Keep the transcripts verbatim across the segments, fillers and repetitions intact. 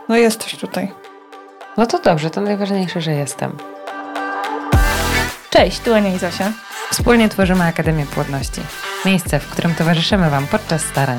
No jesteś tutaj. No to dobrze, to najważniejsze, że jestem. Cześć, tu Ania i Zosia. Wspólnie tworzymy Akademię Płodności. Miejsce, w którym towarzyszymy Wam podczas starań.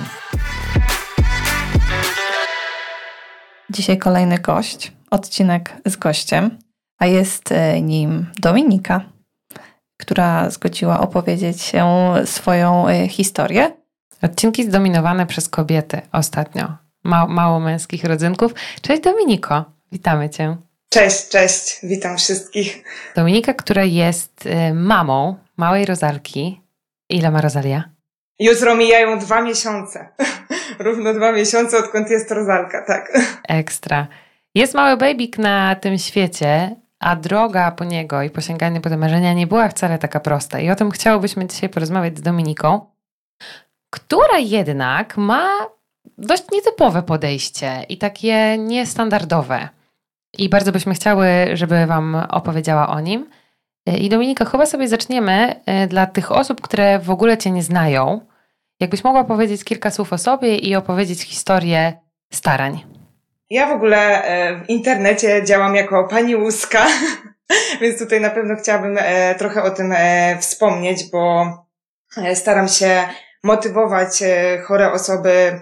Dzisiaj kolejny gość, odcinek z gościem, a jest nim Dominika, która zgodziła opowiedzieć się swoją historię. Odcinki zdominowane przez kobiety ostatnio. Ma- mało męskich rodzynków. Cześć Dominiko, witamy Cię. Cześć, cześć, witam wszystkich. Dominika, która jest y, mamą małej Rozalki. Ile ma Rozalia? Jutro mijają dwa miesiące. Równo dwa miesiące, odkąd jest Rozalka, tak. Ekstra. Jest mały babyk na tym świecie, a droga po niego i posięganie po te marzenia nie była wcale taka prosta. I o tym chciałobyśmy dzisiaj porozmawiać z Dominiką, która jednak ma dość nietypowe podejście i takie niestandardowe. I bardzo byśmy chciały, żeby Wam opowiedziała o nim. I Dominika, chyba sobie zaczniemy dla tych osób, które w ogóle Cię nie znają. Jakbyś mogła powiedzieć kilka słów o sobie i opowiedzieć historię starań. Ja w ogóle w internecie działam jako pani łuska, więc tutaj na pewno chciałabym trochę o tym wspomnieć, bo staram się motywować chore osoby,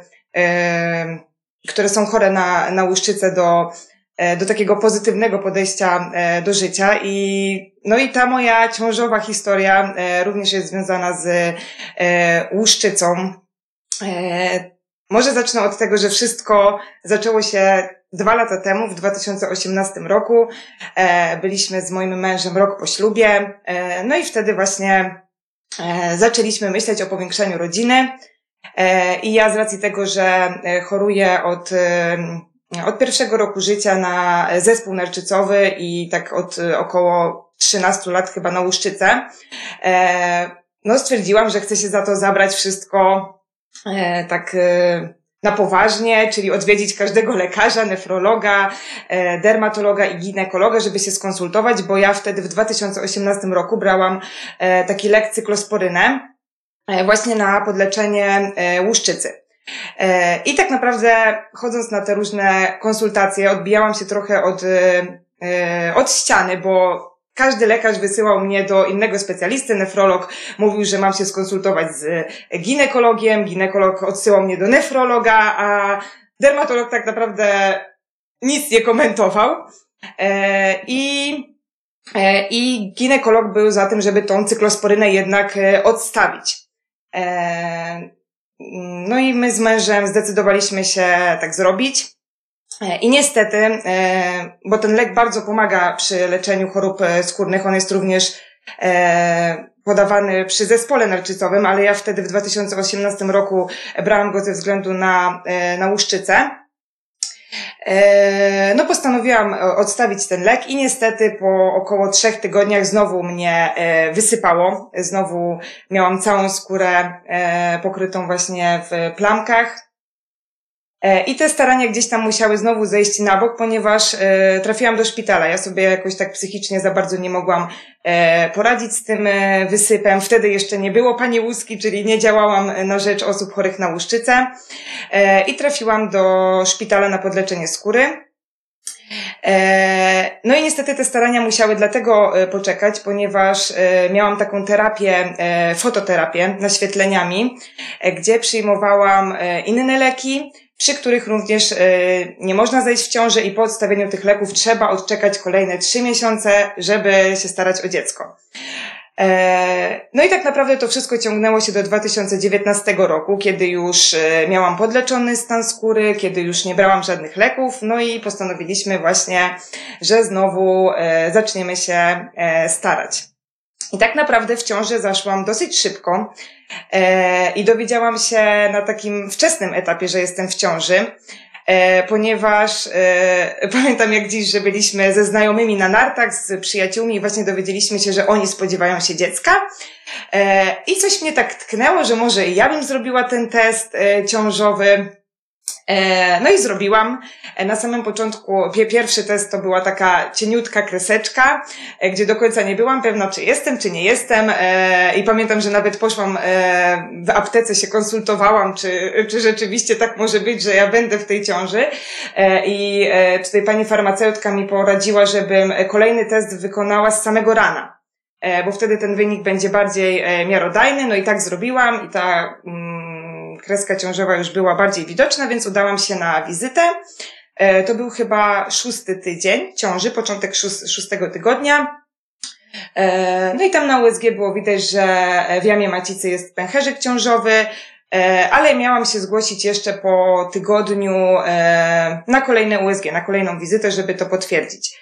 które są chore na, na łuszczycę do do takiego pozytywnego podejścia do życia i no i ta moja ciążowa historia również jest związana z łuszczycą. Może zacznę od tego, że wszystko zaczęło się dwa lata temu, w dwa tysiące osiemnastym roku. Byliśmy z moim mężem rok po ślubie, no i wtedy właśnie zaczęliśmy myśleć o powiększeniu rodziny i ja z racji tego, że choruję od Od pierwszego roku życia na zespół nerczycowy i tak od około trzynastu lat chyba na łuszczycę, no stwierdziłam, że chcę się za to zabrać wszystko tak na poważnie, czyli odwiedzić każdego lekarza, nefrologa, dermatologa i ginekologa, żeby się skonsultować, bo ja wtedy w dwa tysiące osiemnastym roku brałam taki lek cyklosporynę właśnie na podleczenie łuszczycy. I tak naprawdę chodząc na te różne konsultacje odbijałam się trochę od, od ściany, bo każdy lekarz wysyłał mnie do innego specjalisty, nefrolog mówił, że mam się skonsultować z ginekologiem, ginekolog odsyłał mnie do nefrologa, a dermatolog tak naprawdę nic nie komentował. I, i ginekolog był za tym, żeby tą cyklosporynę jednak odstawić. No i my z mężem zdecydowaliśmy się tak zrobić i niestety, bo ten lek bardzo pomaga przy leczeniu chorób skórnych, on jest również podawany przy zespole nerczycowym, ale ja wtedy w dwa tysiące osiemnastym roku brałam go ze względu na, na łuszczycę. No postanowiłam odstawić ten lek i niestety po około trzech tygodniach znowu mnie wysypało. Znowu miałam całą skórę pokrytą właśnie w plamkach. I te starania gdzieś tam musiały znowu zejść na bok, ponieważ trafiłam do szpitala. Ja sobie jakoś tak psychicznie za bardzo nie mogłam poradzić z tym wysypem. Wtedy jeszcze nie było pani łuski, czyli nie działałam na rzecz osób chorych na łuszczycę. I trafiłam do szpitala na podleczenie skóry. No i niestety te starania musiały dlatego poczekać, ponieważ miałam taką terapię, fototerapię naświetleniami, gdzie przyjmowałam inne leki, przy których również nie można zajść w ciążę i po odstawieniu tych leków trzeba odczekać kolejne trzy miesiące, żeby się starać o dziecko. No i tak naprawdę to wszystko ciągnęło się do dwa tysiące dziewiętnastego roku, kiedy już miałam podleczony stan skóry, kiedy już nie brałam żadnych leków, no i postanowiliśmy właśnie, że znowu zaczniemy się starać. I tak naprawdę w ciążę zaszłam dosyć szybko i dowiedziałam się na takim wczesnym etapie, że jestem w ciąży. E, ponieważ e, pamiętam jak dziś, że byliśmy ze znajomymi na nartach, z przyjaciółmi i właśnie dowiedzieliśmy się, że oni spodziewają się dziecka e, i coś mnie tak tknęło, że może i ja bym zrobiła ten test e, ciążowy. No i zrobiłam. Na samym początku pierwszy test to była taka cieniutka kreseczka, gdzie do końca nie byłam pewna, czy jestem, czy nie jestem. I pamiętam, że nawet poszłam w aptece, się konsultowałam, czy, czy rzeczywiście tak może być, że ja będę w tej ciąży. I tutaj pani farmaceutka mi poradziła, żebym kolejny test wykonała z samego rana, bo wtedy ten wynik będzie bardziej miarodajny. No i tak zrobiłam i ta kreska ciążowa już była bardziej widoczna, więc udałam się na wizytę. To był chyba szósty tydzień ciąży, początek szóstego tygodnia. No i tam na U S G było widać, że w jamie macicy jest pęcherzyk ciążowy, ale miałam się zgłosić jeszcze po tygodniu na kolejne U S G, na kolejną wizytę, żeby to potwierdzić.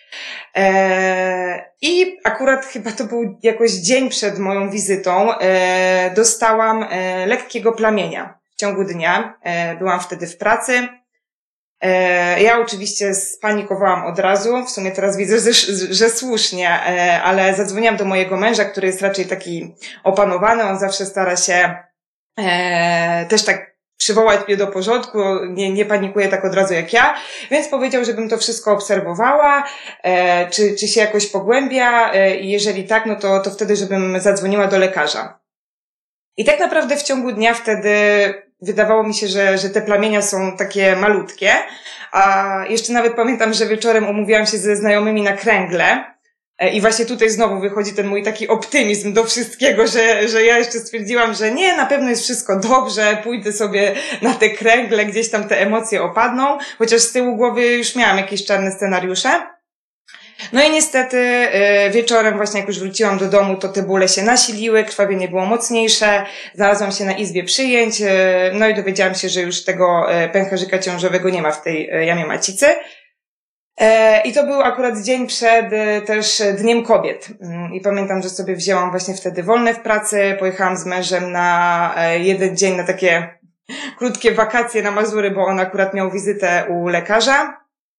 I akurat chyba to był jakoś dzień przed moją wizytą, dostałam lekkiego plamienia w ciągu dnia. Byłam wtedy w pracy. Ja oczywiście spanikowałam od razu, w sumie teraz widzę, że, że słusznie, ale zadzwoniłam do mojego męża, który jest raczej taki opanowany, on zawsze stara się też tak przywołać mnie do porządku, nie, nie panikuje tak od razu jak ja, więc powiedział, żebym to wszystko obserwowała, czy, czy się jakoś pogłębia i jeżeli tak, no to, to wtedy, żebym zadzwoniła do lekarza. I tak naprawdę w ciągu dnia wtedy wydawało mi się, że, że te plamienia są takie malutkie, a jeszcze nawet pamiętam, że wieczorem umówiłam się ze znajomymi na kręgle i właśnie tutaj znowu wychodzi ten mój taki optymizm do wszystkiego, że, że ja jeszcze stwierdziłam, że nie, na pewno jest wszystko dobrze, pójdę sobie na te kręgle, gdzieś tam te emocje opadną, chociaż z tyłu głowy już miałam jakieś czarne scenariusze. No i niestety wieczorem właśnie jak już wróciłam do domu, to te bóle się nasiliły, krwawienie było mocniejsze, znalazłam się na izbie przyjęć, no i dowiedziałam się, że już tego pęcherzyka ciążowego nie ma w tej jamie macicy. I to był akurat dzień przed też Dniem Kobiet. I pamiętam, że sobie wzięłam właśnie wtedy wolne w pracy, pojechałam z mężem na jeden dzień na takie krótkie wakacje na Mazury, bo on akurat miał wizytę u lekarza.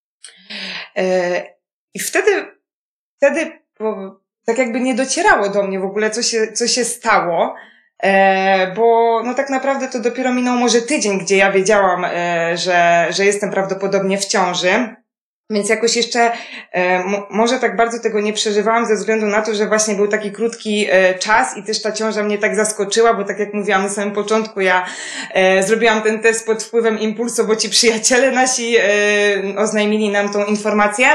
I wtedy, wtedy bo, tak jakby nie docierało do mnie w ogóle, co się, co się stało, e, bo no tak naprawdę to dopiero minął może tydzień, gdzie ja wiedziałam, e, że, że jestem prawdopodobnie w ciąży. Więc jakoś jeszcze e, m- może tak bardzo tego nie przeżywałam ze względu na to, że właśnie był taki krótki e, czas i też ta ciąża mnie tak zaskoczyła, bo tak jak mówiłam na samym początku, ja e, zrobiłam ten test pod wpływem impulsu, bo ci przyjaciele nasi e, oznajmili nam tą informację.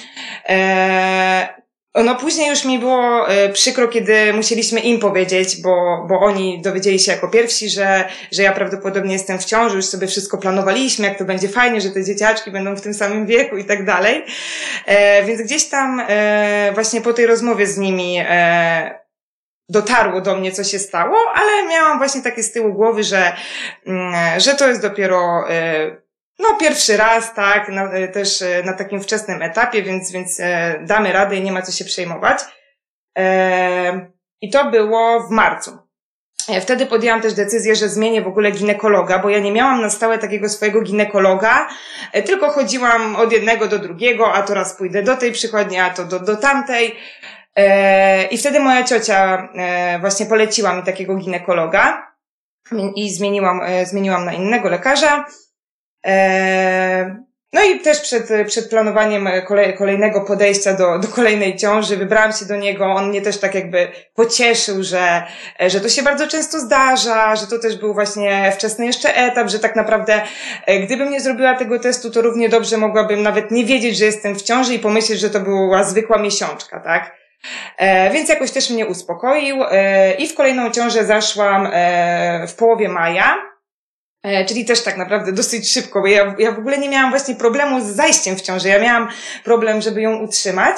E, No później już mi było y, przykro, kiedy musieliśmy im powiedzieć, bo, bo oni dowiedzieli się jako pierwsi, że, że ja prawdopodobnie jestem w ciąży, już sobie wszystko planowaliśmy, jak to będzie fajnie, że te dzieciaczki będą w tym samym wieku i tak dalej. E, więc gdzieś tam e, właśnie po tej rozmowie z nimi e, dotarło do mnie, co się stało, ale miałam właśnie takie z tyłu głowy, że, mm, że to jest dopiero e, no pierwszy raz, tak, na, też na takim wczesnym etapie, więc, więc e, damy radę i nie ma co się przejmować. E, I to było w marcu. E, wtedy podjęłam też decyzję, że zmienię w ogóle ginekologa, bo ja nie miałam na stałe takiego swojego ginekologa, e, tylko chodziłam od jednego do drugiego, a to raz pójdę do tej przychodni, a to do, do tamtej. E, I wtedy moja ciocia e, właśnie poleciła mi takiego ginekologa i zmieniłam, e, zmieniłam na innego lekarza. No i też przed, przed planowaniem kolej, kolejnego podejścia do, do kolejnej ciąży wybrałam się do niego. On mnie też tak jakby pocieszył, że, że to się bardzo często zdarza, że to też był właśnie wczesny jeszcze etap, że tak naprawdę gdybym nie zrobiła tego testu, to równie dobrze mogłabym nawet nie wiedzieć, że jestem w ciąży i pomyśleć, że to była zwykła miesiączka, tak? E, więc jakoś też mnie uspokoił e, i w kolejną ciążę zaszłam e, w połowie maja. Czyli też tak naprawdę dosyć szybko, bo ja, ja w ogóle nie miałam właśnie problemu z zajściem w ciążę. Ja miałam problem, żeby ją utrzymać.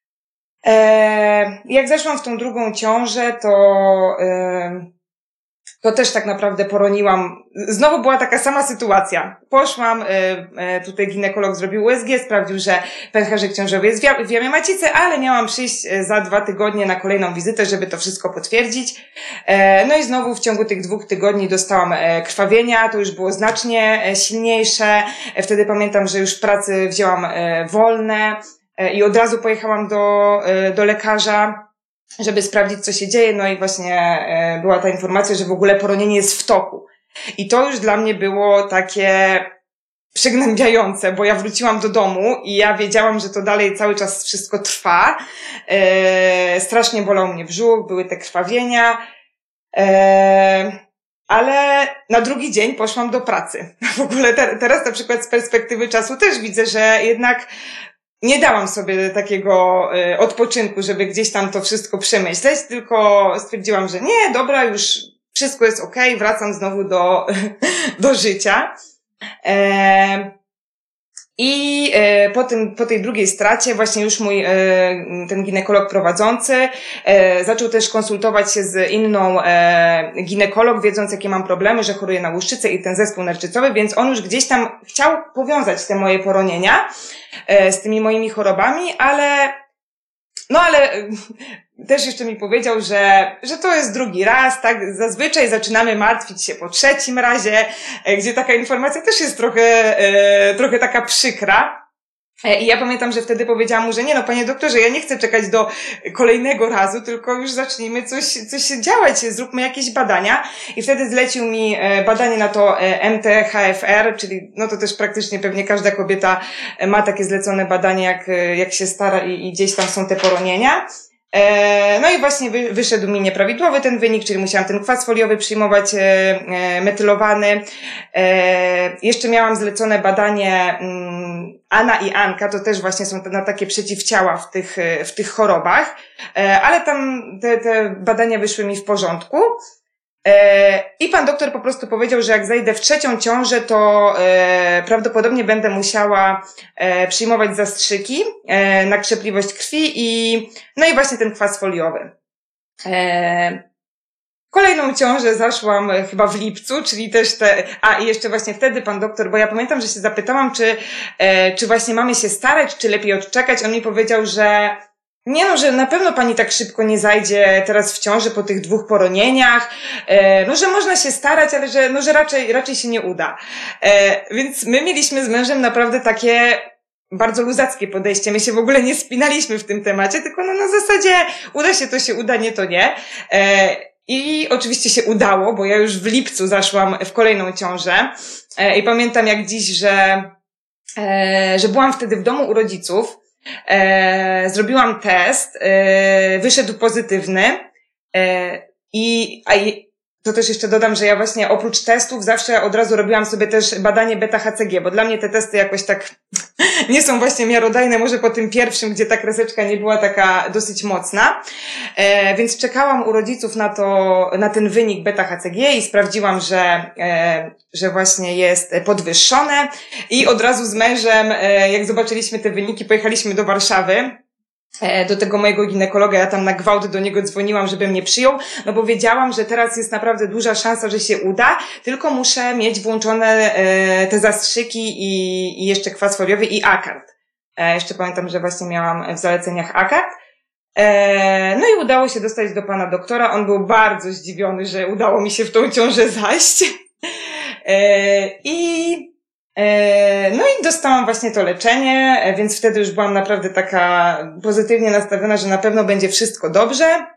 E, jak zeszłam w tą drugą ciążę, to, e, to też tak naprawdę poroniłam. Znowu była taka sama sytuacja. Poszłam, e, e, tutaj ginekolog zrobił U S G, sprawdził, że pęcherzyk ciążowy jest w jamie macicy, ale miałam przyjść za dwa tygodnie na kolejną wizytę, żeby to wszystko potwierdzić. E, no i znowu w ciągu tych dwóch tygodni dostałam e, krwawienia, to już było znacznie e, silniejsze. E, wtedy pamiętam, że już w pracy wzięłam e, wolne e, i od razu pojechałam do, e, do lekarza, żeby sprawdzić, co się dzieje. No i właśnie e, była ta informacja, że w ogóle poronienie jest w toku. I to już dla mnie było takie, przygnębiające, bo ja wróciłam do domu i ja wiedziałam, że to dalej cały czas wszystko trwa. E, strasznie bolał mnie brzuch, były te krwawienia. E, ale na drugi dzień poszłam do pracy. W ogóle te, teraz na przykład z perspektywy czasu też widzę, że jednak nie dałam sobie takiego e, odpoczynku, żeby gdzieś tam to wszystko przemyśleć, tylko stwierdziłam, że nie, dobra, już wszystko jest okej, wracam znowu do, do życia. E, I e, po tym, po tej drugiej stracie właśnie już mój e, ten ginekolog prowadzący e, zaczął też konsultować się z inną e, ginekolog, wiedząc jakie mam problemy, że choruję na łuszczycę i ten zespół nerczycowy, więc on już gdzieś tam chciał powiązać te moje poronienia e, z tymi moimi chorobami, ale no ale też jeszcze mi powiedział, że, że to jest drugi raz, tak? Zazwyczaj zaczynamy martwić się po trzecim razie, gdzie taka informacja też jest trochę, e, trochę taka przykra. I ja pamiętam, że wtedy powiedziałam mu, że nie no, panie doktorze, ja nie chcę czekać do kolejnego razu, tylko już zacznijmy coś, coś działać, zróbmy jakieś badania. I wtedy zlecił mi badanie na to M T H F R, czyli no to też praktycznie pewnie każda kobieta ma takie zlecone badanie, jak, jak się stara i, i gdzieś tam są te poronienia. No i właśnie wyszedł mi nieprawidłowy ten wynik, czyli musiałam ten kwas foliowy przyjmować metylowany. Jeszcze miałam zlecone badanie Ana i Anka, to też właśnie są na takie przeciwciała w tych, w tych chorobach, ale tam te, te badania wyszły mi w porządku. I pan doktor po prostu powiedział, że jak zajdę w trzecią ciążę, to e, prawdopodobnie będę musiała e, przyjmować zastrzyki e, na krzepliwość krwi i no i właśnie ten kwas foliowy. E, kolejną ciążę zaszłam chyba w lipcu, czyli też te, a i jeszcze właśnie wtedy pan doktor, bo ja pamiętam, że się zapytałam, czy, e, czy właśnie mamy się starać, czy lepiej odczekać. On mi powiedział, że nie no, że na pewno pani tak szybko nie zajdzie teraz w ciąży po tych dwóch poronieniach, e, no że można się starać, ale że, no, że raczej, raczej się nie uda. E, więc my mieliśmy z mężem naprawdę takie bardzo luzackie podejście. My się w ogóle nie spinaliśmy w tym temacie, tylko no na zasadzie uda się, to się uda, nie to nie. E, I oczywiście się udało, bo ja już w lipcu zaszłam w kolejną ciążę e, i pamiętam jak dziś, że, e, że byłam wtedy w domu u rodziców. E, zrobiłam test, e, wyszedł pozytywny e, i a i, to też jeszcze dodam, że ja właśnie oprócz testów zawsze od razu robiłam sobie też badanie beta H C G, bo dla mnie te testy jakoś tak nie są właśnie miarodajne, może po tym pierwszym, gdzie ta kreseczka nie była taka dosyć mocna, e, więc czekałam u rodziców na to, na ten wynik beta H C G i sprawdziłam, że, e, że właśnie jest podwyższone i od razu z mężem, e, jak zobaczyliśmy te wyniki, pojechaliśmy do Warszawy, do tego mojego ginekologa, ja tam na gwałt do niego dzwoniłam, żeby mnie przyjął, no bo wiedziałam, że teraz jest naprawdę duża szansa, że się uda, tylko muszę mieć włączone e, te zastrzyki i, i jeszcze kwas foliowy i akard. E, jeszcze pamiętam, że właśnie miałam w zaleceniach akard. E, no i udało się dostać do pana doktora, on był bardzo zdziwiony, że udało mi się w tą ciążę zajść. E, I No i dostałam właśnie to leczenie, więc wtedy już byłam naprawdę taka pozytywnie nastawiona, że na pewno będzie wszystko dobrze.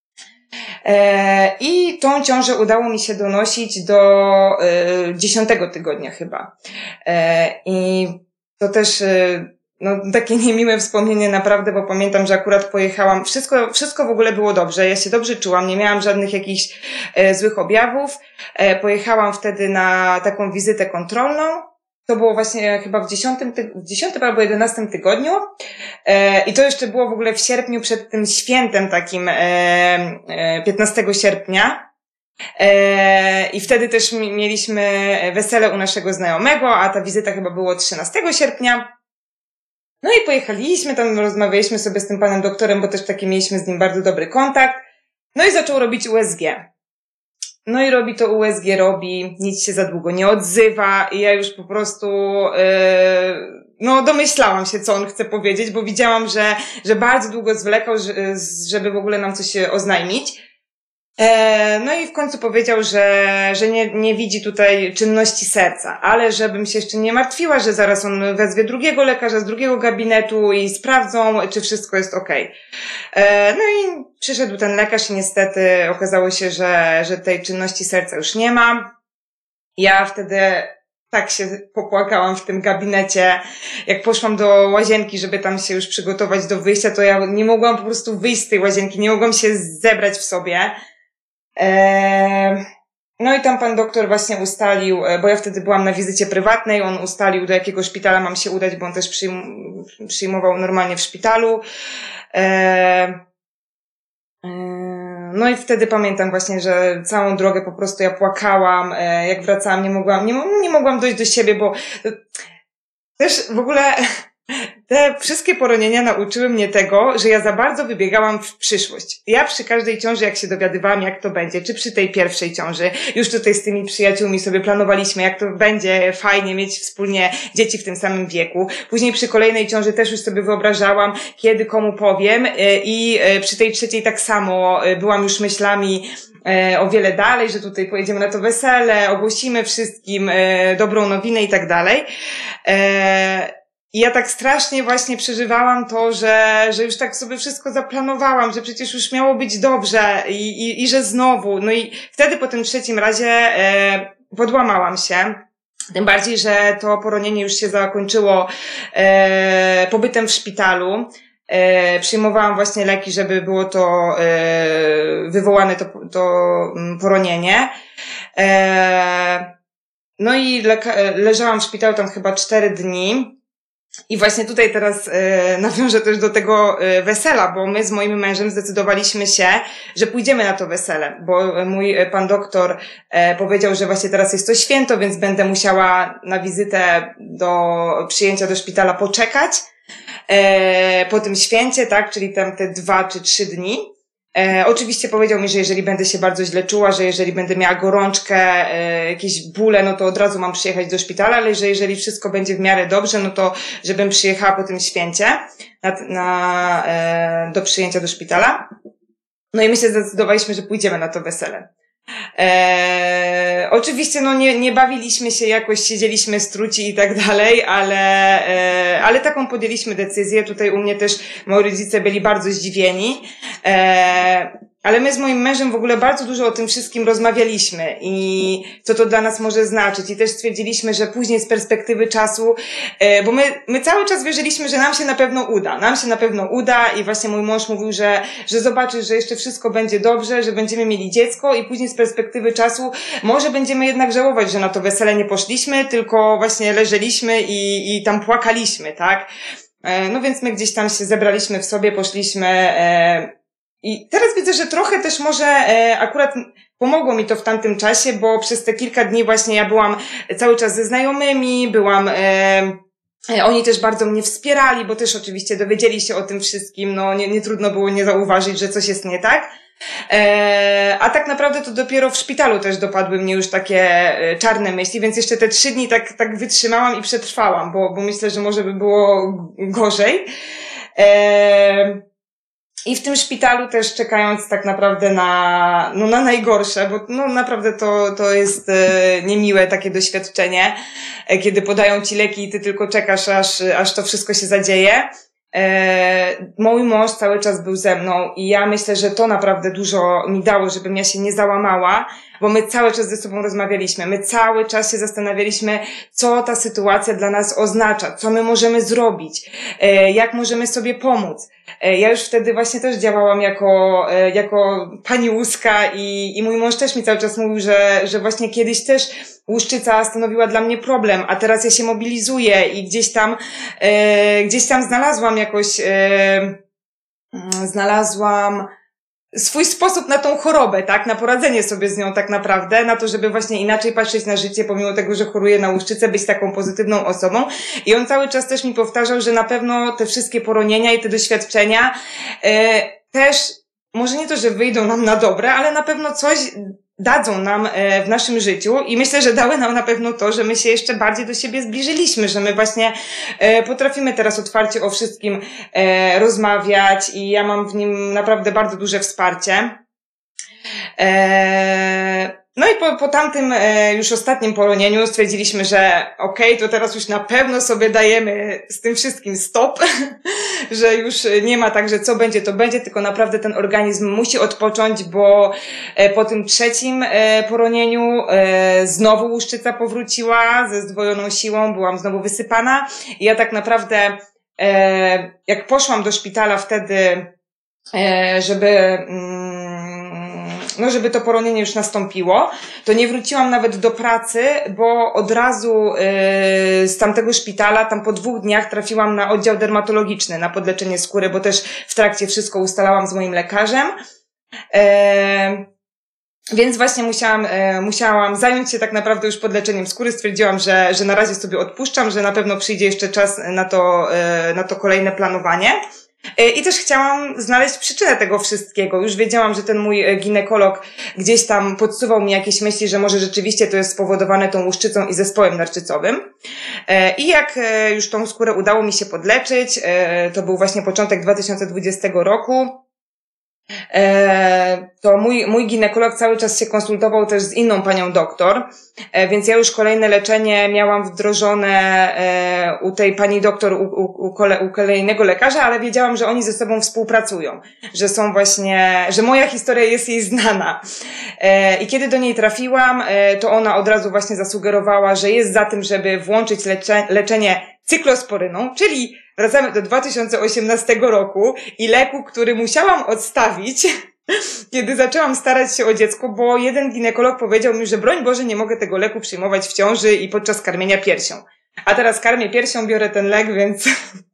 I tą ciążę udało mi się donosić do dziesiątego tygodnia chyba. I to też no, takie niemiłe wspomnienie naprawdę, bo pamiętam, że akurat pojechałam, wszystko, wszystko w ogóle było dobrze, ja się dobrze czułam, nie miałam żadnych jakichś złych objawów. Pojechałam wtedy na taką wizytę kontrolną. To było właśnie chyba w dziesiątym, w dziesiątym albo jedenastym tygodniu e, i to jeszcze było w ogóle w sierpniu przed tym świętem takim e, e, piętnastego sierpnia e, i wtedy też mieliśmy wesele u naszego znajomego, a ta wizyta chyba była trzynastego sierpnia. No i pojechaliśmy, tam rozmawialiśmy sobie z tym panem doktorem, bo też taki mieliśmy z nim bardzo dobry kontakt. No i zaczął robić U S G. No i robi to U S G, robi, nic się za długo nie odzywa i ja już po prostu, yy, no domyślałam się, co on chce powiedzieć, bo widziałam, że, że bardzo długo zwlekał, żeby w ogóle nam coś oznajmić. E, no i w końcu powiedział, że, że nie, nie widzi tutaj czynności serca, ale żebym się jeszcze nie martwiła, że zaraz on wezwie drugiego lekarza z drugiego gabinetu i sprawdzą, czy wszystko jest okej. E, no i przyszedł ten lekarz i niestety okazało się, że, że tej czynności serca już nie ma. Ja wtedy tak się popłakałam w tym gabinecie. Jak poszłam do łazienki, żeby tam się już przygotować do wyjścia, to ja nie mogłam po prostu wyjść z tej łazienki, nie mogłam się zebrać w sobie. Eee, no i tam pan doktor właśnie ustalił, bo ja wtedy byłam na wizycie prywatnej, on ustalił, do jakiego szpitala mam się udać, bo on też przyjm- przyjmował normalnie w szpitalu. Eee, No i wtedy pamiętam właśnie, że całą drogę po prostu ja płakałam, jak wracałam, nie mogłam, nie, nie mogłam dojść do siebie, bo też w ogóle te wszystkie poronienia nauczyły mnie tego, że ja za bardzo wybiegałam w przyszłość. Ja przy każdej ciąży, jak się dowiadywałam, jak to będzie, czy przy tej pierwszej ciąży, już tutaj z tymi przyjaciółmi sobie planowaliśmy, jak to będzie fajnie mieć wspólnie dzieci w tym samym wieku. Później przy kolejnej ciąży też już sobie wyobrażałam, kiedy komu powiem i przy tej trzeciej tak samo byłam już myślami o wiele dalej, że tutaj pojedziemy na to wesele, ogłosimy wszystkim dobrą nowinę i tak dalej. I ja tak strasznie właśnie przeżywałam to, że, że już tak sobie wszystko zaplanowałam, że przecież już miało być dobrze i, i, i że znowu. No i wtedy po tym trzecim razie e, podłamałam się. Tym bardziej, że to poronienie już się zakończyło e, pobytem w szpitalu. E, przyjmowałam właśnie leki, żeby było to e, wywołane to, to poronienie. E, no i leka- leżałam w szpitalu tam chyba cztery dni. I właśnie tutaj teraz e, nawiążę też do tego e, wesela, bo my z moim mężem zdecydowaliśmy się, że pójdziemy na to wesele, bo mój e, pan doktor e, powiedział, że właśnie teraz jest to święto, więc będę musiała na wizytę do przyjęcia do szpitala poczekać e, po tym święcie, tak, czyli tam te dwa czy trzy dni. E, oczywiście powiedział mi, że jeżeli będę się bardzo źle czuła, że jeżeli będę miała gorączkę, e, jakieś bóle, no to od razu mam przyjechać do szpitala, ale że jeżeli wszystko będzie w miarę dobrze, no to żebym przyjechała po tym święcie na, na, e, do przyjęcia do szpitala. No i my się zdecydowaliśmy, że pójdziemy na to wesele. E, oczywiście no nie, nie bawiliśmy się jakoś, siedzieliśmy struci i tak dalej, ale, e, ale taką podjęliśmy decyzję. Tutaj u mnie też moi rodzice byli bardzo zdziwieni, e, ale my z moim mężem w ogóle bardzo dużo o tym wszystkim rozmawialiśmy i co to dla nas może znaczyć i też stwierdziliśmy, że później z perspektywy czasu, e, bo my, my cały czas wierzyliśmy, że nam się na pewno uda, nam się na pewno uda i właśnie mój mąż mówił, że, że zobaczysz, że jeszcze wszystko będzie dobrze, że będziemy mieli dziecko i później z perspektywy czasu może będziemy jednak żałować, że na to wesele nie poszliśmy, tylko właśnie leżeliśmy i, i tam płakaliśmy, tak? E, no więc my gdzieś tam się zebraliśmy w sobie, poszliśmy, e, i teraz widzę, że trochę też może e, akurat pomogło mi to w tamtym czasie, bo przez te kilka dni właśnie ja byłam cały czas ze znajomymi, byłam, e, oni też bardzo mnie wspierali, bo też oczywiście dowiedzieli się o tym wszystkim, no nie, nie trudno było nie zauważyć, że coś jest nie tak. E, a tak naprawdę to dopiero w szpitalu też dopadły mnie już takie e, czarne myśli, więc jeszcze te trzy dni tak, tak wytrzymałam i przetrwałam, bo, bo myślę, że może by było gorzej. E, I w tym szpitalu też czekając tak naprawdę na, no na najgorsze, bo no naprawdę to, to jest e, niemiłe takie doświadczenie, e, kiedy podają ci leki i ty tylko czekasz, aż, aż to wszystko się zadzieje. E, mój mąż cały czas był ze mną i ja myślę, że to naprawdę dużo mi dało, żebym ja się nie załamała, bo my cały czas ze sobą rozmawialiśmy, my cały czas się zastanawialiśmy, co ta sytuacja dla nas oznacza, co my możemy zrobić, e, jak możemy sobie pomóc. E, ja już wtedy właśnie też działałam jako, e, jako pani łuska i, i mój mąż też mi cały czas mówił, że, że właśnie kiedyś też łuszczyca stanowiła dla mnie problem, a teraz ja się mobilizuję i gdzieś tam, e, gdzieś tam znalazłam jakoś, e, znalazłam swój sposób na tą chorobę, tak, na poradzenie sobie z nią tak naprawdę, na to, żeby właśnie inaczej patrzeć na życie, pomimo tego, że choruję na łuszczycę, być taką pozytywną osobą. I on cały czas też mi powtarzał, że na pewno te wszystkie poronienia i te doświadczenia e, też, może nie to, że wyjdą nam na dobre, ale na pewno coś dadzą nam w naszym życiu i myślę, że dały nam na pewno to, że my się jeszcze bardziej do siebie zbliżyliśmy, że my właśnie potrafimy teraz otwarcie o wszystkim rozmawiać i ja mam w nim naprawdę bardzo duże wsparcie. No i po, po tamtym e, już ostatnim poronieniu stwierdziliśmy, że okej, okay, to teraz już na pewno sobie dajemy z tym wszystkim stop, że już nie ma tak, że co będzie, to będzie, tylko naprawdę ten organizm musi odpocząć, bo e, po tym trzecim e, poronieniu e, znowu łuszczyca powróciła ze zdwojoną siłą, byłam znowu wysypana i ja tak naprawdę e, jak poszłam do szpitala wtedy, e, żeby... Mm, no żeby to poronienie już nastąpiło, to nie wróciłam nawet do pracy, bo od razu yy, z tamtego szpitala, tam po dwóch dniach trafiłam na oddział dermatologiczny, na podleczenie skóry, bo też w trakcie wszystko ustalałam z moim lekarzem. Yy, Więc właśnie musiałam, e, musiałam zająć się tak naprawdę już podleczeniem skóry. Stwierdziłam, że, że na razie sobie odpuszczam, że na pewno przyjdzie jeszcze czas na to, e, na to kolejne planowanie. I też chciałam znaleźć przyczynę tego wszystkiego. Już wiedziałam, że ten mój ginekolog gdzieś tam podsuwał mi jakieś myśli, że może rzeczywiście to jest spowodowane tą łuszczycą i zespołem narczycowym. I jak już tą skórę udało mi się podleczyć, to był właśnie początek dwa tysiące dwudziestego roku, to mój, mój ginekolog cały czas się konsultował też z inną panią doktor, więc ja już kolejne leczenie miałam wdrożone u tej pani doktor, u, u, u, kole, u kolejnego lekarza, ale wiedziałam, że oni ze sobą współpracują, że są właśnie, że moja historia jest jej znana. I kiedy do niej trafiłam, to ona od razu właśnie zasugerowała, że jest za tym, żeby włączyć lecze, leczenie cyklosporyną, czyli wracamy do dwa tysiące osiemnastego roku i leku, który musiałam odstawić, kiedy zaczęłam starać się o dziecko, bo jeden ginekolog powiedział mi, że broń Boże nie mogę tego leku przyjmować w ciąży i podczas karmienia piersią. A teraz karmię piersią, biorę ten lek, więc...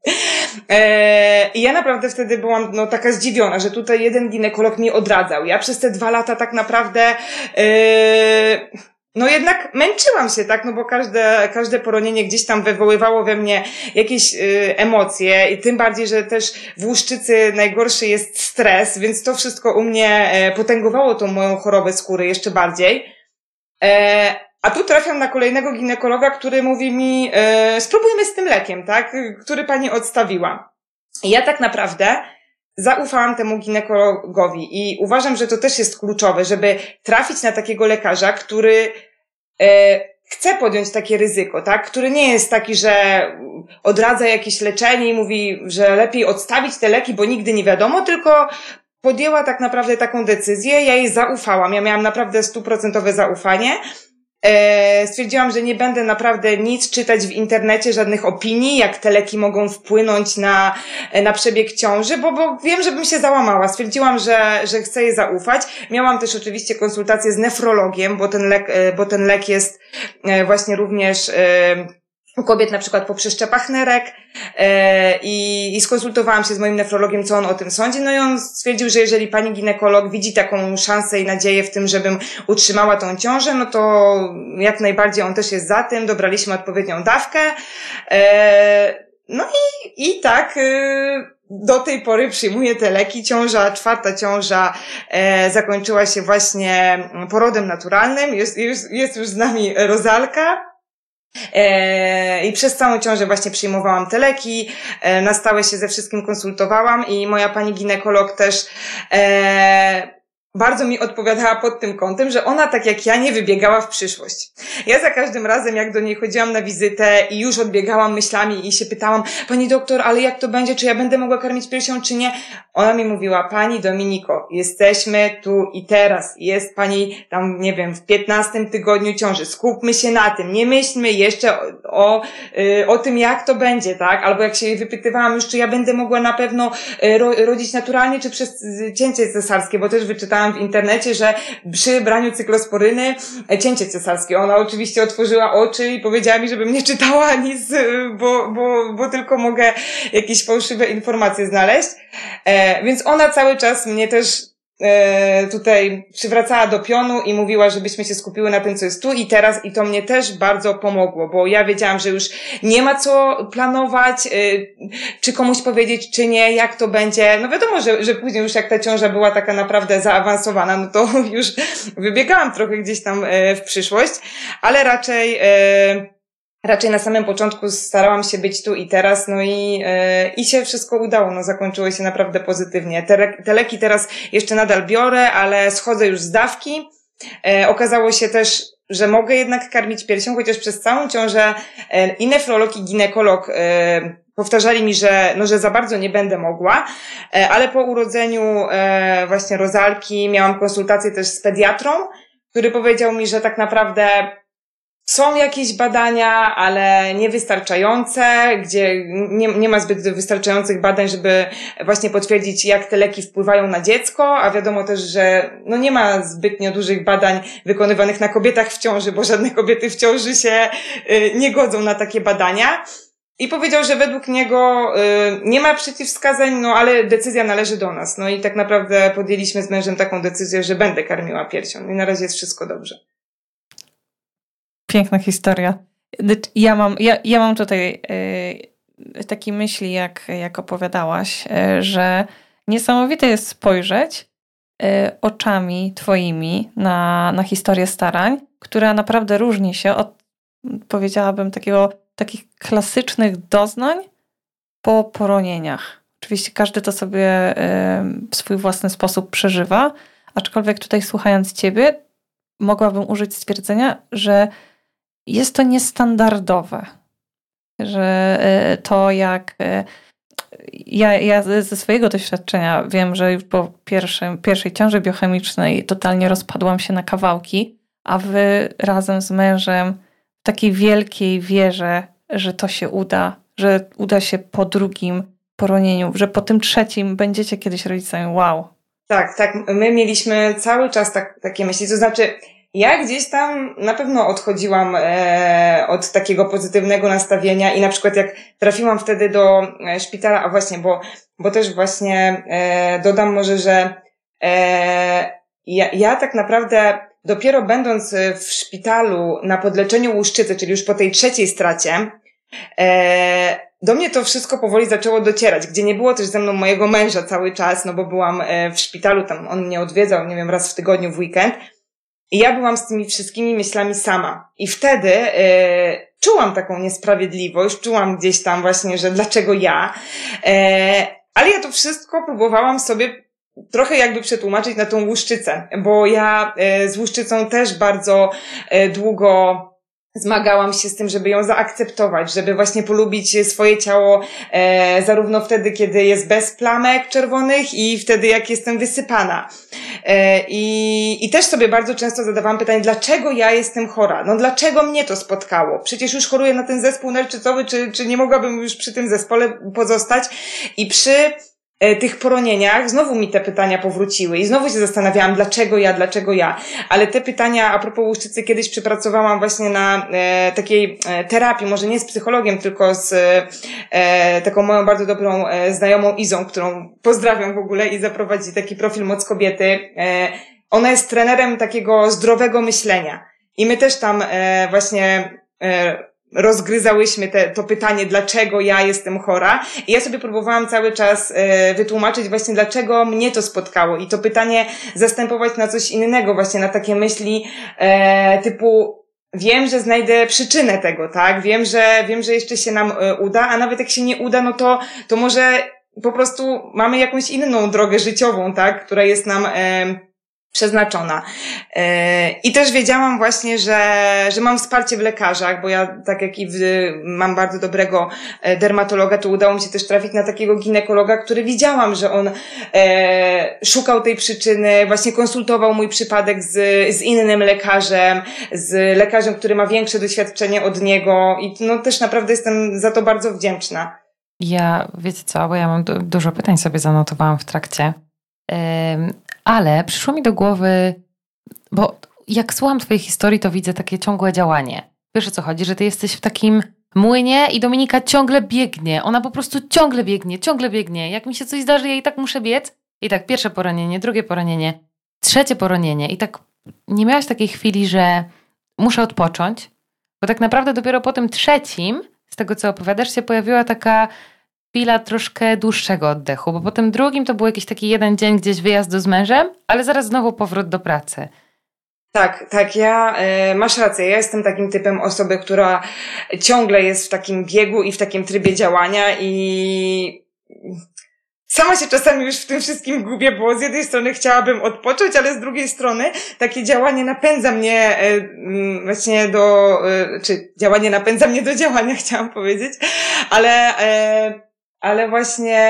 I ja naprawdę wtedy byłam no taka zdziwiona, że tutaj jeden ginekolog mi odradzał. Ja przez te dwa lata tak naprawdę... Yy... No jednak męczyłam się, tak, no bo każde, każde poronienie gdzieś tam wywoływało we mnie jakieś y, emocje i tym bardziej, że też w łuszczycy najgorszy jest stres, więc to wszystko u mnie e, potęgowało tą moją chorobę skóry jeszcze bardziej. E, a tu trafiam na kolejnego ginekologa, który mówi mi, e, spróbujmy z tym lekiem, tak, który pani odstawiła. I ja tak naprawdę zaufałam temu ginekologowi i uważam, że to też jest kluczowe, żeby trafić na takiego lekarza, który e, chce podjąć takie ryzyko, tak? Który nie jest taki, że odradza jakieś leczenie i mówi, że lepiej odstawić te leki, bo nigdy nie wiadomo, tylko podjęła tak naprawdę taką decyzję, ja jej zaufałam, ja miałam naprawdę stuprocentowe zaufanie. E, stwierdziłam, że nie będę naprawdę nic czytać w internecie, żadnych opinii, jak te leki mogą wpłynąć na, na przebieg ciąży, bo, bo wiem, żebym się załamała. Stwierdziłam, że, że chcę jej zaufać. Miałam też oczywiście konsultację z nefrologiem, bo ten lek, bo ten lek jest właśnie również e, u kobiet na przykład po przeszczepach nerek e, i, i skonsultowałam się z moim nefrologiem, co on o tym sądzi, no i on stwierdził, że jeżeli pani ginekolog widzi taką szansę i nadzieję w tym, żebym utrzymała tą ciążę, no to jak najbardziej on też jest za tym, dobraliśmy odpowiednią dawkę, e, no i, i tak e, do tej pory przyjmuję te leki. Ciąża, czwarta ciąża e, zakończyła się właśnie porodem naturalnym, jest, jest, jest już z nami Rozalka. E, I przez całą ciążę właśnie przyjmowałam te leki, e, na stałe się ze wszystkim konsultowałam i moja pani ginekolog też e, bardzo mi odpowiadała pod tym kątem, że ona tak jak ja nie wybiegała w przyszłość. Ja za każdym razem jak do niej chodziłam na wizytę i już odbiegałam myślami i się pytałam, pani doktor, ale jak to będzie, czy ja będę mogła karmić piersią, czy nie? Ona mi mówiła, pani Dominiko, jesteśmy tu i teraz, jest pani tam, nie wiem, w piętnastym tygodniu ciąży, skupmy się na tym, nie myślmy jeszcze o, o, o tym, jak to będzie, tak? Albo jak się jej wypytywałam już, czy ja będę mogła na pewno ro, rodzić naturalnie, czy przez cięcie cesarskie, bo też wyczytałam w internecie, że przy braniu cyklosporyny cięcie cesarskie. Ona oczywiście otworzyła oczy i powiedziała mi, żebym nie czytała nic, bo, bo, bo tylko mogę jakieś fałszywe informacje znaleźć. E, więc ona cały czas mnie też e, tutaj przywracała do pionu i mówiła, żebyśmy się skupiły na tym, co jest tu i teraz i to mnie też bardzo pomogło, bo ja wiedziałam, że już nie ma co planować, e, czy komuś powiedzieć, czy nie, jak to będzie. No wiadomo, że, że później już jak ta ciąża była taka naprawdę zaawansowana, no to już wybiegałam trochę gdzieś tam e, w przyszłość, ale raczej e, Raczej na samym początku starałam się być tu i teraz, no i, yy, i się wszystko udało, no zakończyło się naprawdę pozytywnie. Te, te leki teraz jeszcze nadal biorę, ale schodzę już z dawki, E, okazało się też, że mogę jednak karmić piersią, chociaż przez całą ciążę e, i nefrolog, i ginekolog e, powtarzali mi, że, no, że za bardzo nie będę mogła, e, ale po urodzeniu e, właśnie Rozalki miałam konsultację też z pediatrą, który powiedział mi, że tak naprawdę są jakieś badania, ale niewystarczające, gdzie nie, nie ma zbyt wystarczających badań, żeby właśnie potwierdzić, jak te leki wpływają na dziecko, a wiadomo też, że no nie ma zbytnio dużych badań wykonywanych na kobietach w ciąży, bo żadne kobiety w ciąży się y, nie godzą na takie badania. I powiedział, że według niego y, nie ma przeciwwskazań, no ale decyzja należy do nas. No i tak naprawdę podjęliśmy z mężem taką decyzję, że będę karmiła piersią. I na razie jest wszystko dobrze. Piękna historia. Ja mam, ja, ja mam tutaj y, takie myśli, jak, jak opowiadałaś, y, że niesamowite jest spojrzeć y, oczami twoimi na, na historię starań, która naprawdę różni się od, powiedziałabym, takiego, takich klasycznych doznań po poronieniach. Oczywiście każdy to sobie y, w swój własny sposób przeżywa, aczkolwiek tutaj słuchając ciebie mogłabym użyć stwierdzenia, że jest to niestandardowe, że to jak ja, ja ze swojego doświadczenia wiem, że już po pierwszym, pierwszej ciąży biochemicznej totalnie rozpadłam się na kawałki, a wy razem z mężem w takiej wielkiej wierze, że to się uda, że uda się po drugim poronieniu, że po tym trzecim będziecie kiedyś rodzicami. Wow. Tak, tak. My mieliśmy cały czas tak, takie myśli, to znaczy ja gdzieś tam na pewno odchodziłam e, od takiego pozytywnego nastawienia i na przykład jak trafiłam wtedy do e, szpitala, a właśnie, bo, bo też właśnie e, dodam może, że e, ja, ja tak naprawdę dopiero będąc w szpitalu na podleczeniu łuszczycy, czyli już po tej trzeciej stracie, e, do mnie to wszystko powoli zaczęło docierać, gdzie nie było też ze mną mojego męża cały czas, no bo byłam w szpitalu, tam on mnie odwiedzał, nie wiem, raz w tygodniu w weekend. I ja byłam z tymi wszystkimi myślami sama. I wtedy e, czułam taką niesprawiedliwość, czułam gdzieś tam właśnie, że dlaczego ja. E, ale ja to wszystko próbowałam sobie trochę jakby przetłumaczyć na tą łuszczycę, bo ja e, z łuszczycą też bardzo e, długo zmagałam się z tym, żeby ją zaakceptować, żeby właśnie polubić swoje ciało e, zarówno wtedy, kiedy jest bez plamek czerwonych i wtedy, jak jestem wysypana. E, i, I też sobie bardzo często zadawałam pytanie, dlaczego ja jestem chora? No dlaczego mnie to spotkało? Przecież już choruję na ten zespół nerczycowy, czy, czy nie mogłabym już przy tym zespole pozostać? I przy tych poronieniach znowu mi te pytania powróciły i znowu się zastanawiałam, dlaczego ja, dlaczego ja. Ale te pytania a propos łuszczycy kiedyś przepracowałam właśnie na e, takiej e, terapii, może nie z psychologiem, tylko z e, taką moją bardzo dobrą e, znajomą Izą, którą pozdrawiam w ogóle i zaprowadzi taki profil Moc Kobiety. E, ona jest trenerem takiego zdrowego myślenia. I my też tam e, właśnie e, rozgryzałyśmy te, to pytanie, dlaczego ja jestem chora. I ja sobie próbowałam cały czas e, wytłumaczyć właśnie, dlaczego mnie to spotkało. I to pytanie zastępować na coś innego, właśnie na takie myśli e, typu wiem, że znajdę przyczynę tego, tak? Wiem, że wiem, że jeszcze się nam e, uda, a nawet jak się nie uda, no to, to może po prostu mamy jakąś inną drogę życiową, tak? Która jest nam e, przeznaczona. I też wiedziałam właśnie, że, że mam wsparcie w lekarzach, bo ja tak jak i w, mam bardzo dobrego dermatologa, to udało mi się też trafić na takiego ginekologa, który widziałam, że on e, szukał tej przyczyny, właśnie konsultował mój przypadek z, z innym lekarzem, z lekarzem, który ma większe doświadczenie od niego i no też naprawdę jestem za to bardzo wdzięczna. Ja, wiecie co, bo ja mam du- dużo pytań sobie zanotowałam w trakcie. Ym... Ale przyszło mi do głowy, bo jak słucham twojej historii, to widzę takie ciągłe działanie. Wiesz, o co chodzi, że ty jesteś w takim młynie i Dominika ciągle biegnie. Ona po prostu ciągle biegnie, ciągle biegnie. Jak mi się coś zdarzy, ja i tak muszę biec. I tak pierwsze poronienie, drugie poronienie, trzecie poronienie. I tak nie miałaś takiej chwili, że muszę odpocząć, bo tak naprawdę dopiero po tym trzecim, z tego co opowiadasz, się pojawiła taka chwila troszkę dłuższego oddechu, bo po tym drugim to był jakiś taki jeden dzień gdzieś wyjazdu z mężem, ale zaraz znowu powrót do pracy. Tak, tak, ja, y, masz rację, ja jestem takim typem osoby, która ciągle jest w takim biegu i w takim trybie działania i sama się czasami już w tym wszystkim gubię, bo z jednej strony chciałabym odpocząć, ale z drugiej strony takie działanie napędza mnie właśnie do, czy działanie napędza mnie do działania, chciałam powiedzieć, ale, ale właśnie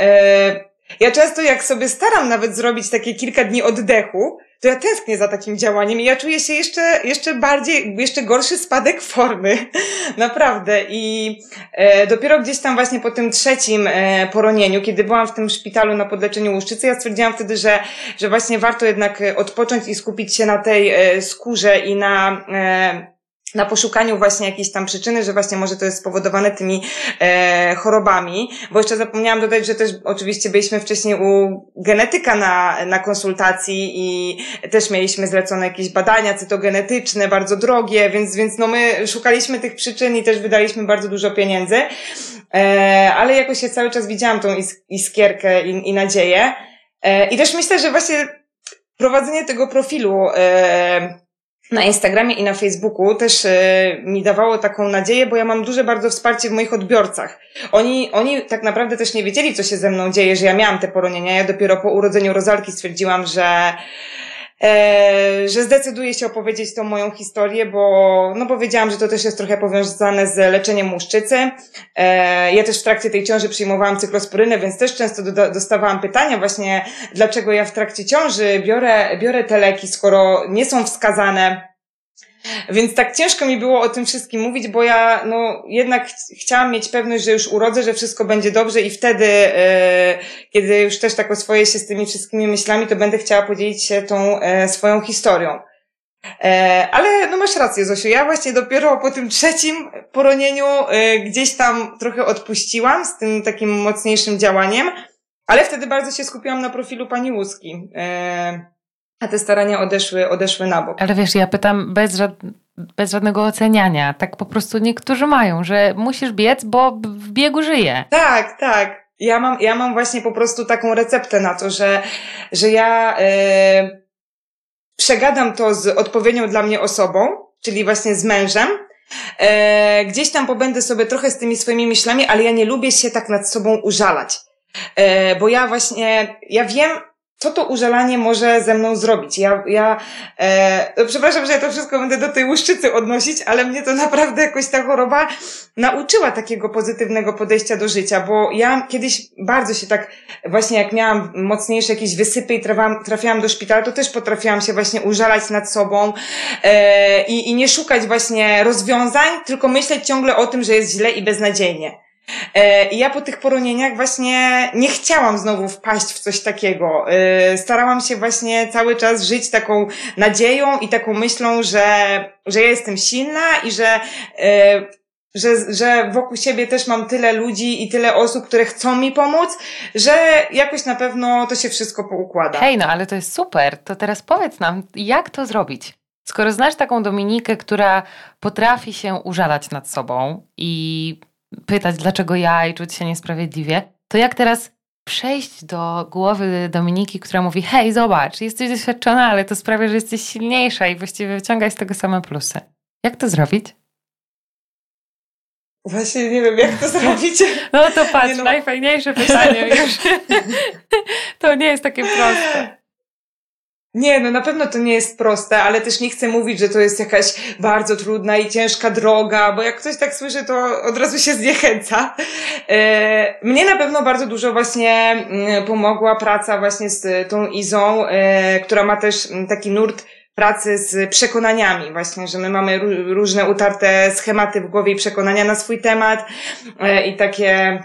ja często jak sobie staram nawet zrobić takie kilka dni oddechu, to ja tęsknię za takim działaniem i ja czuję się jeszcze, jeszcze bardziej, jeszcze gorszy spadek formy. Naprawdę. I e, dopiero gdzieś tam właśnie po tym trzecim e, poronieniu, kiedy byłam w tym szpitalu na podleczeniu łuszczycy, ja stwierdziłam wtedy, że, że właśnie warto jednak odpocząć i skupić się na tej e, skórze i na, e, na poszukaniu właśnie jakiejś tam przyczyny, że właśnie może to jest spowodowane tymi e, chorobami, bo jeszcze zapomniałam dodać, że też oczywiście byliśmy wcześniej u genetyka na, na konsultacji i też mieliśmy zlecone jakieś badania cytogenetyczne, bardzo drogie, więc, więc no my szukaliśmy tych przyczyn i też wydaliśmy bardzo dużo pieniędzy, e, ale jakoś ja cały czas widziałam tą is- iskierkę i, i nadzieję e, i też myślę, że właśnie prowadzenie tego profilu e, na Instagramie i na Facebooku też e, mi dawało taką nadzieję, bo ja mam duże bardzo wsparcie w moich odbiorcach. Oni, oni tak naprawdę też nie wiedzieli, co się ze mną dzieje, że ja miałam te poronienia. Ja dopiero po urodzeniu Rozalki stwierdziłam, że e, że zdecyduję się opowiedzieć tą moją historię, bo no bo wiedziałam, że to też jest trochę powiązane z leczeniem łuszczycy. E, ja też w trakcie tej ciąży przyjmowałam cyklosporynę, więc też często do, dostawałam pytania właśnie, dlaczego ja w trakcie ciąży biorę, biorę te leki, skoro nie są wskazane. Więc tak ciężko mi było o tym wszystkim mówić, bo ja no jednak ch- chciałam mieć pewność, że już urodzę, że wszystko będzie dobrze i wtedy, e, kiedy już też tak oswoję się z tymi wszystkimi myślami, to będę chciała podzielić się tą e, swoją historią. E, ale no masz rację, Zosiu, ja właśnie dopiero po tym trzecim poronieniu e, gdzieś tam trochę odpuściłam z tym takim mocniejszym działaniem, ale wtedy bardzo się skupiłam na profilu pani Łuski. E, A te starania odeszły, odeszły na bok. Ale wiesz, ja pytam bez, żad- bez żadnego oceniania. Tak po prostu niektórzy mają, że musisz biec, bo w biegu żyje. Tak, tak. Ja mam, ja mam właśnie po prostu taką receptę na to, że, że ja e, przegadam to z odpowiednią dla mnie osobą, czyli właśnie z mężem. E, gdzieś tam pobędę sobie trochę z tymi swoimi myślami, ale ja nie lubię się tak nad sobą użalać. E, bo ja właśnie, ja wiem, co to użalanie może ze mną zrobić. Ja, ja e, no przepraszam, że ja to wszystko będę do tej łuszczycy odnosić, ale mnie to naprawdę jakoś ta choroba nauczyła takiego pozytywnego podejścia do życia, bo ja kiedyś bardzo się tak, właśnie jak miałam mocniejsze jakieś wysypy i trafiałam, trafiałam do szpitala, to też potrafiłam się właśnie użalać nad sobą e, i, i nie szukać właśnie rozwiązań, tylko myśleć ciągle o tym, że jest źle i beznadziejnie. I ja po tych poronieniach właśnie nie chciałam znowu wpaść w coś takiego. Starałam się właśnie cały czas żyć taką nadzieją i taką myślą, że, że ja jestem silna i że, że, że wokół siebie też mam tyle ludzi i tyle osób, które chcą mi pomóc, że jakoś na pewno to się wszystko poukłada. Hej, no ale to jest super. To teraz powiedz nam, jak to zrobić? Skoro znasz taką Dominikę, która potrafi się użalać nad sobą i pytać, dlaczego ja i czuć się niesprawiedliwie, to jak teraz przejść do głowy Dominiki, która mówi, hej, zobacz, jesteś doświadczona, ale to sprawia, że jesteś silniejsza i właściwie wyciągaj z tego same plusy. Jak to zrobić? Właśnie nie wiem, jak to zrobić. No to patrz, nie no. Najfajniejsze pytanie już. To nie jest takie proste. Nie, no na pewno to nie jest proste, ale też nie chcę mówić, że to jest jakaś bardzo trudna i ciężka droga, bo jak ktoś tak słyszy, to od razu się zniechęca. Mnie na pewno bardzo dużo właśnie pomogła praca właśnie z tą Izą, która ma też taki nurt pracy z przekonaniami właśnie, że my mamy różne utarte schematy w głowie i przekonania na swój temat i takie...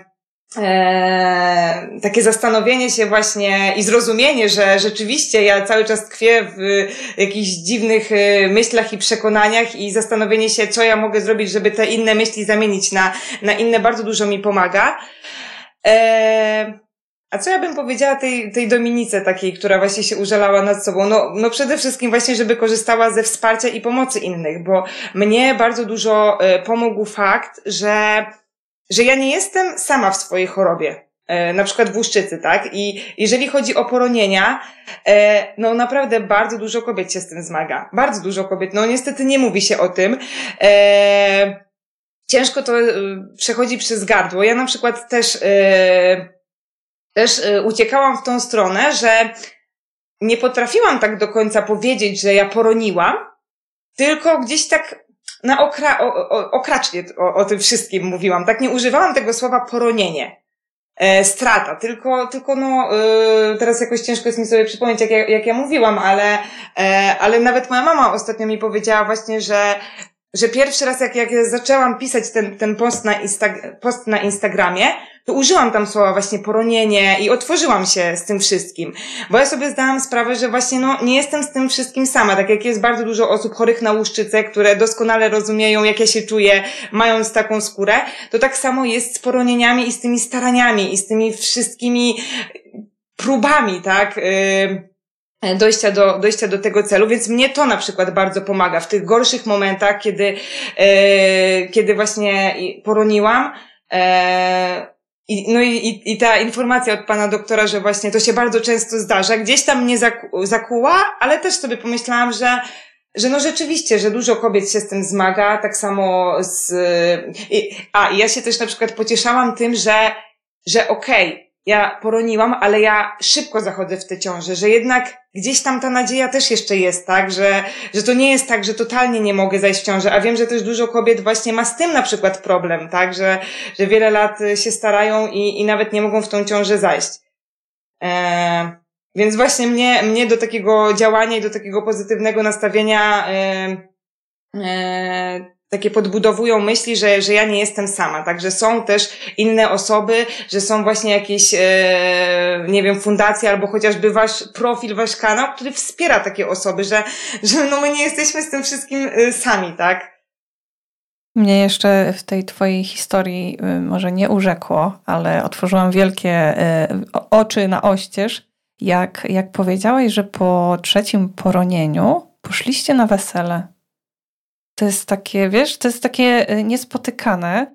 Eee, takie zastanowienie się właśnie i zrozumienie, że rzeczywiście ja cały czas tkwię w jakichś dziwnych myślach i przekonaniach i zastanowienie się, co ja mogę zrobić, żeby te inne myśli zamienić na, na inne, bardzo dużo mi pomaga. Eee, a co ja bym powiedziała tej, tej Dominice takiej, która właśnie się użalała nad sobą? No, no przede wszystkim właśnie, żeby korzystała ze wsparcia i pomocy innych, bo mnie bardzo dużo pomógł fakt, że że ja nie jestem sama w swojej chorobie, e, na przykład w łuszczycy, tak? I jeżeli chodzi o poronienia, e, no naprawdę bardzo dużo kobiet się z tym zmaga. Bardzo dużo kobiet, no niestety nie mówi się o tym. E, ciężko to e, przechodzi przez gardło. Ja na przykład też e, też y, uciekałam w tą stronę, że nie potrafiłam tak do końca powiedzieć, że ja poroniłam, tylko gdzieś tak na okra- o, o, okracznie o, o tym wszystkim mówiłam. Tak nie używałam tego słowa poronienie. E, strata, tylko, tylko no, y, teraz jakoś ciężko jest mi sobie przypomnieć, jak ja, jak ja mówiłam, ale, e, ale nawet moja mama ostatnio mi powiedziała właśnie, że, że pierwszy raz jak, jak zaczęłam pisać ten, ten post na Insta- post na Instagramie, to użyłam tam słowa właśnie poronienie i otworzyłam się z tym wszystkim. Bo ja sobie zdałam sprawę, że właśnie no, nie jestem z tym wszystkim sama. Tak jak jest bardzo dużo osób chorych na łuszczycę, które doskonale rozumieją, jak ja się czuję, mając taką skórę, to tak samo jest z poronieniami i z tymi staraniami i z tymi wszystkimi próbami, tak, yy, dojścia do, dojścia do tego celu, więc mnie to na przykład bardzo pomaga w tych gorszych momentach, kiedy, yy, kiedy właśnie poroniłam, yy, I, no i, i, i ta informacja od pana doktora, że właśnie to się bardzo często zdarza, gdzieś tam mnie zaku, zakuła, ale też sobie pomyślałam, że, że no rzeczywiście, że dużo kobiet się z tym zmaga, tak samo z... I, a, i ja się też na przykład pocieszałam tym, że, że okej, okay, ja poroniłam, ale ja szybko zachodzę w tę ciążę, że jednak gdzieś tam ta nadzieja też jeszcze jest, tak, że, że to nie jest tak, że totalnie nie mogę zajść w ciążę, a wiem, że też dużo kobiet właśnie ma z tym na przykład problem, tak, że, że wiele lat się starają i, i nawet nie mogą w tą ciążę zajść. Eee, więc właśnie mnie, mnie do takiego działania i do takiego pozytywnego nastawienia eee, eee, takie podbudowują myśli, że, że ja nie jestem sama, tak, że są też inne osoby, że są właśnie jakieś, e, nie wiem, fundacje albo chociażby wasz profil, wasz kanał, który wspiera takie osoby, że, że no my nie jesteśmy z tym wszystkim sami, tak. Mnie jeszcze w tej twojej historii może nie urzekło, ale otworzyłam wielkie oczy na oścież, jak, jak powiedziałeś, że po trzecim poronieniu poszliście na wesele. To jest takie, wiesz, to jest takie niespotykane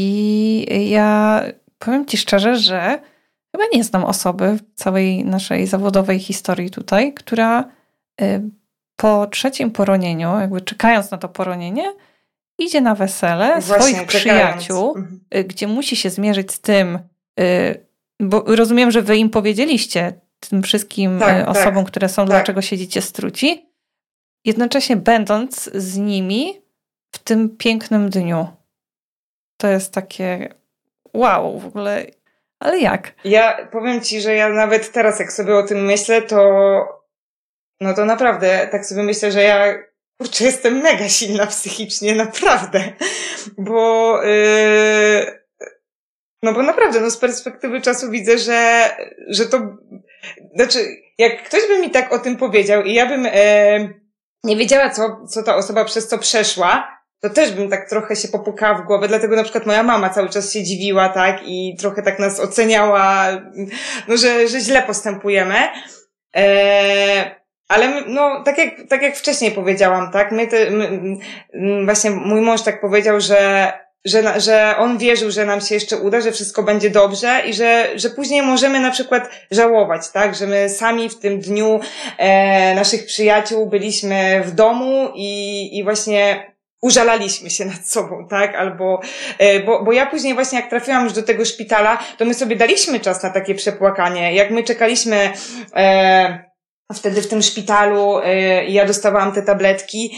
i ja powiem ci szczerze, że chyba nie znam osoby w całej naszej zawodowej historii tutaj, która po trzecim poronieniu, jakby czekając na to poronienie, idzie na wesele Właśnie, swoich czekając. przyjaciół, mhm. gdzie musi się zmierzyć z tym, bo rozumiem, że wy im powiedzieliście, tym wszystkim tak, osobom, tak, które są, tak. dlaczego siedzicie struci, jednocześnie będąc z nimi w tym pięknym dniu. To jest takie wow, w ogóle, ale jak? Ja powiem ci, że ja nawet teraz, jak sobie o tym myślę, to no to naprawdę tak sobie myślę, że ja kurczę, jestem mega silna psychicznie, naprawdę, bo yy, no bo naprawdę, no z perspektywy czasu widzę, że że to, znaczy, jak ktoś by mi tak o tym powiedział i ja bym yy, nie wiedziała, co, co ta osoba przez co przeszła, to też bym tak trochę się popukała w głowę, dlatego na przykład moja mama cały czas się dziwiła, tak, i trochę tak nas oceniała, no, że, że źle postępujemy. Eee, ale my, no, tak jak, tak jak wcześniej powiedziałam, tak, my, te, my właśnie mój mąż tak powiedział, że Że, że on wierzył, że nam się jeszcze uda, że wszystko będzie dobrze i że, że później możemy na przykład żałować, tak, że my sami w tym dniu e, naszych przyjaciół byliśmy w domu i, i właśnie użalaliśmy się nad sobą, tak, albo, e, bo, bo ja później właśnie jak trafiłam już do tego szpitala, to my sobie daliśmy czas na takie przepłakanie, jak my czekaliśmy, e, wtedy w tym szpitalu i ja dostawałam te tabletki,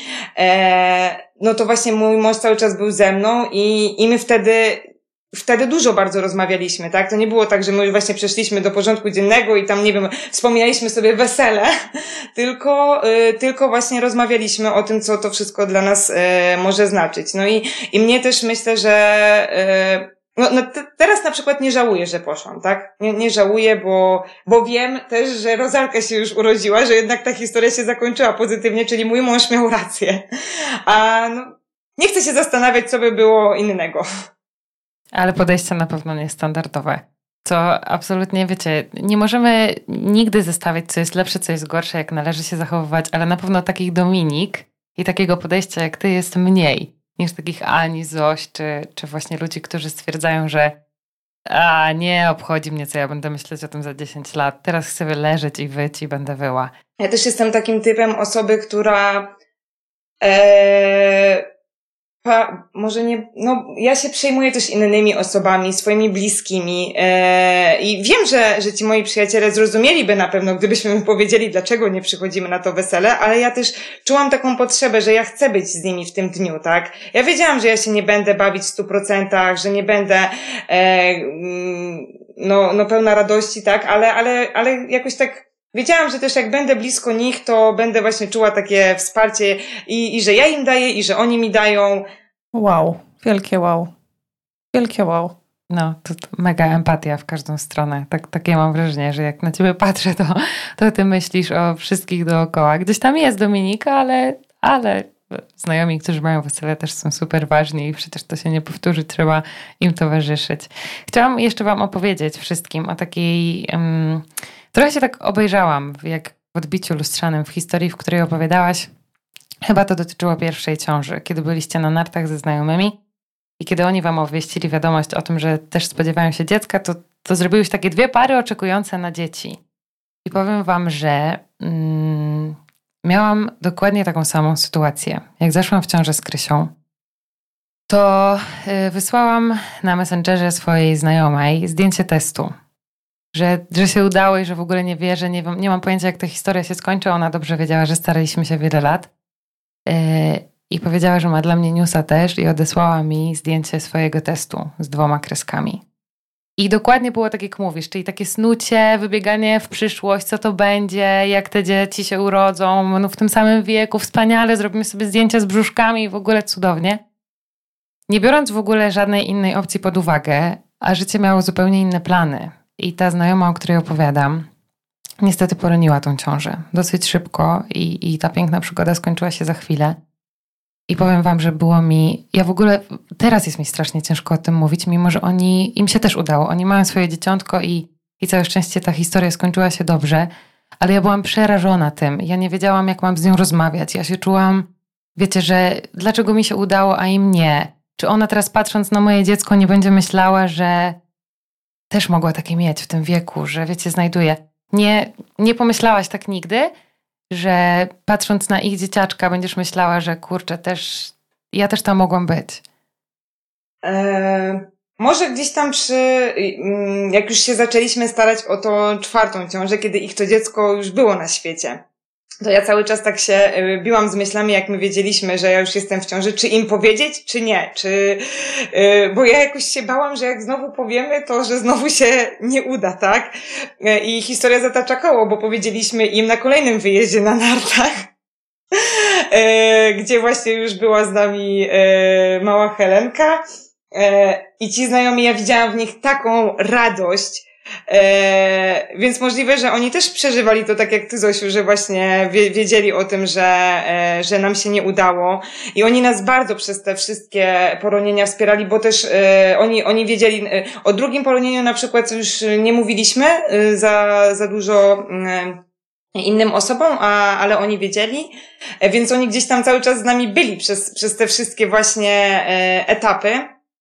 no to właśnie mój mąż cały czas był ze mną i, i my wtedy, wtedy dużo bardzo rozmawialiśmy, tak? To nie było tak, że my już właśnie przeszliśmy do porządku dziennego i tam, nie wiem, wspominaliśmy sobie wesele, tylko, tylko właśnie rozmawialiśmy o tym, co to wszystko dla nas może znaczyć. No i, i mnie też myślę, że No, no te, teraz na przykład nie żałuję, że poszłam, tak? Nie, nie żałuję, bo, bo wiem też, że Rozalka się już urodziła, że jednak ta historia się zakończyła pozytywnie, czyli mój mąż miał rację. A no, nie chcę się zastanawiać, co by było innego. Ale podejście na pewno niestandardowe. Co absolutnie, wiecie, nie możemy nigdy zestawiać, co jest lepsze, co jest gorsze, jak należy się zachowywać, ale na pewno takich Dominik i takiego podejścia jak ty jest mniej niż takich Ani, Zoś, czy, czy właśnie ludzi, którzy stwierdzają, że a nie obchodzi mnie, co ja będę myśleć o tym za dziesięć lat. Teraz chcę leżeć i wyć i będę wyła. Ja też jestem takim typem osoby, która e, Pa, może nie, no ja się przejmuję też innymi osobami, swoimi bliskimi e, i wiem, że, że ci moi przyjaciele zrozumieliby na pewno, gdybyśmy mi powiedzieli, dlaczego nie przychodzimy na to wesele, ale ja też czułam taką potrzebę, że ja chcę być z nimi w tym dniu, tak? Ja wiedziałam, że ja się nie będę bawić w stu procentach, że nie będę e, no, no pełna radości, tak? Ale, ale, ale jakoś tak wiedziałam, że też jak będę blisko nich, to będę właśnie czuła takie wsparcie i, i że ja im daję, i że oni mi dają. Wow, wielkie wow. Wielkie wow. No, to, to mega empatia w każdą stronę. Tak, takie mam wrażenie, że jak na ciebie patrzę, to, to ty myślisz o wszystkich dookoła. Gdzieś tam jest Dominika, ale, ale znajomi, którzy mają wesele, też są super ważni i przecież to się nie powtórzy, trzeba im towarzyszyć. Chciałam jeszcze wam opowiedzieć wszystkim o takiej... Um, trochę się tak obejrzałam, jak w odbiciu lustrzanym w historii, w której opowiadałaś. Chyba to dotyczyło pierwszej ciąży, kiedy byliście na nartach ze znajomymi i kiedy oni wam obwieścili wiadomość o tym, że też spodziewają się dziecka, to, to zrobiłeś takie dwie pary oczekujące na dzieci. I powiem wam, że mm, miałam dokładnie taką samą sytuację. Jak zaszłam w ciążę z Krysią, to y, wysłałam na Messengerze swojej znajomej zdjęcie testu. Że, że się udało i że w ogóle nie wierzę, nie, nie mam pojęcia, jak ta historia się skończy. Ona dobrze wiedziała, że staraliśmy się wiele lat. Yy, I powiedziała, że ma dla mnie newsa też i odesłała mi zdjęcie swojego testu z dwoma kreskami. I dokładnie było tak, jak mówisz, czyli takie snucie, wybieganie w przyszłość, co to będzie, jak te dzieci się urodzą, no w tym samym wieku, wspaniale, zrobimy sobie zdjęcia z brzuszkami i w ogóle cudownie. Nie biorąc w ogóle żadnej innej opcji pod uwagę, a życie miało zupełnie inne plany. I ta znajoma, o której opowiadam, niestety poroniła tą ciążę dosyć szybko i, i ta piękna przygoda skończyła się za chwilę. I powiem wam, że było mi... Ja w ogóle... Teraz jest mi strasznie ciężko o tym mówić, mimo że oni... Im się też udało. Oni mają swoje dzieciątko i, i całe szczęście ta historia skończyła się dobrze. Ale ja byłam przerażona tym. Ja nie wiedziałam, jak mam z nią rozmawiać. Ja się czułam... Wiecie, że dlaczego mi się udało, a im nie? Czy ona teraz patrząc na moje dziecko nie będzie myślała, że też mogła takie mieć w tym wieku, że wiecie, znajduje. Nie, nie pomyślałaś tak nigdy, że patrząc na ich dzieciaczka będziesz myślała, że kurczę, też ja też tam mogłam być. Eee, może gdzieś tam przy, jak już się zaczęliśmy starać o tą czwartą ciążę, kiedy ich to dziecko już było na świecie, to ja cały czas tak się biłam z myślami, jak my wiedzieliśmy, że ja już jestem w ciąży, czy im powiedzieć, czy nie, czy, yy, bo ja jakoś się bałam, że jak znowu powiemy, to że znowu się nie uda, tak? Yy, I historia zatacza koło, bo powiedzieliśmy im na kolejnym wyjeździe na nartach, yy, gdzie właśnie już była z nami yy, mała Helenka, yy, i ci znajomi, ja widziałam w nich taką radość. E, więc możliwe, że oni też przeżywali to tak jak ty, Zosiu, że właśnie wie, wiedzieli o tym, że, e, że nam się nie udało i oni nas bardzo przez te wszystkie poronienia wspierali, bo też e, oni, oni wiedzieli, e, o drugim poronieniu na przykład już nie mówiliśmy e, za, za dużo e, innym osobom, a, ale oni wiedzieli, e, więc oni gdzieś tam cały czas z nami byli przez, przez te wszystkie właśnie e, etapy.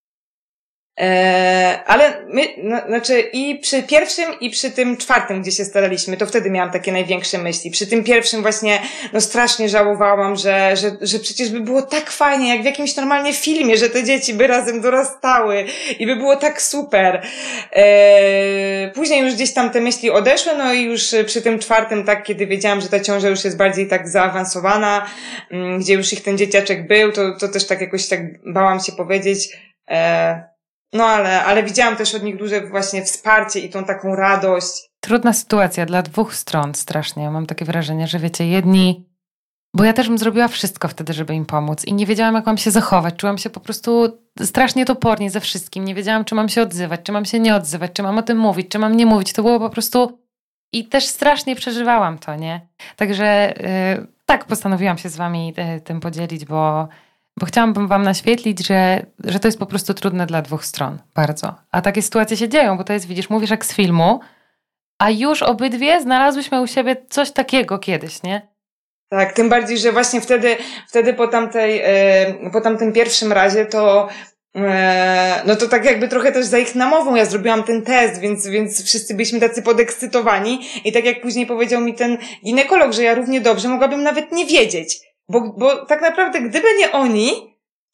Eee, ale my, no, znaczy i przy pierwszym i przy tym czwartym, gdzie się staraliśmy, to wtedy miałam takie największe myśli. Przy tym pierwszym właśnie, no strasznie żałowałam, że, że, że przecież by było tak fajnie, jak w jakimś normalnie filmie, że te dzieci by razem dorastały i by było tak super. Eee, później już gdzieś tam te myśli odeszły, no i już przy tym czwartym, tak, kiedy wiedziałam, że ta ciąża już jest bardziej tak zaawansowana, m, gdzie już ich ten dzieciaczek był, to, to też tak jakoś tak bałam się powiedzieć, eee, No ale, ale widziałam też od nich duże właśnie wsparcie i tą taką radość. Trudna sytuacja dla dwóch stron strasznie. Mam takie wrażenie, że wiecie, jedni... Bo ja też bym zrobiła wszystko wtedy, żeby im pomóc i nie wiedziałam, jak mam się zachować. Czułam się po prostu strasznie topornie ze wszystkim. Nie wiedziałam, czy mam się odzywać, czy mam się nie odzywać, czy mam o tym mówić, czy mam nie mówić. To było po prostu... I też strasznie przeżywałam to, nie? Także yy, tak postanowiłam się z wami yy, tym podzielić, bo... Bo chciałabym wam naświetlić, że, że to jest po prostu trudne dla dwóch stron. Bardzo. A takie sytuacje się dzieją, bo to jest, widzisz, mówisz jak z filmu, a już obydwie znalazłyśmy u siebie coś takiego kiedyś, nie? Tak, tym bardziej, że właśnie wtedy, wtedy po tamtej, yy, po tamtym pierwszym razie to, yy, no to tak jakby trochę też za ich namową ja zrobiłam ten test, więc, więc wszyscy byliśmy tacy podekscytowani i tak jak później powiedział mi ten ginekolog, że ja równie dobrze mogłabym nawet nie wiedzieć. Bo, bo tak naprawdę gdyby nie oni,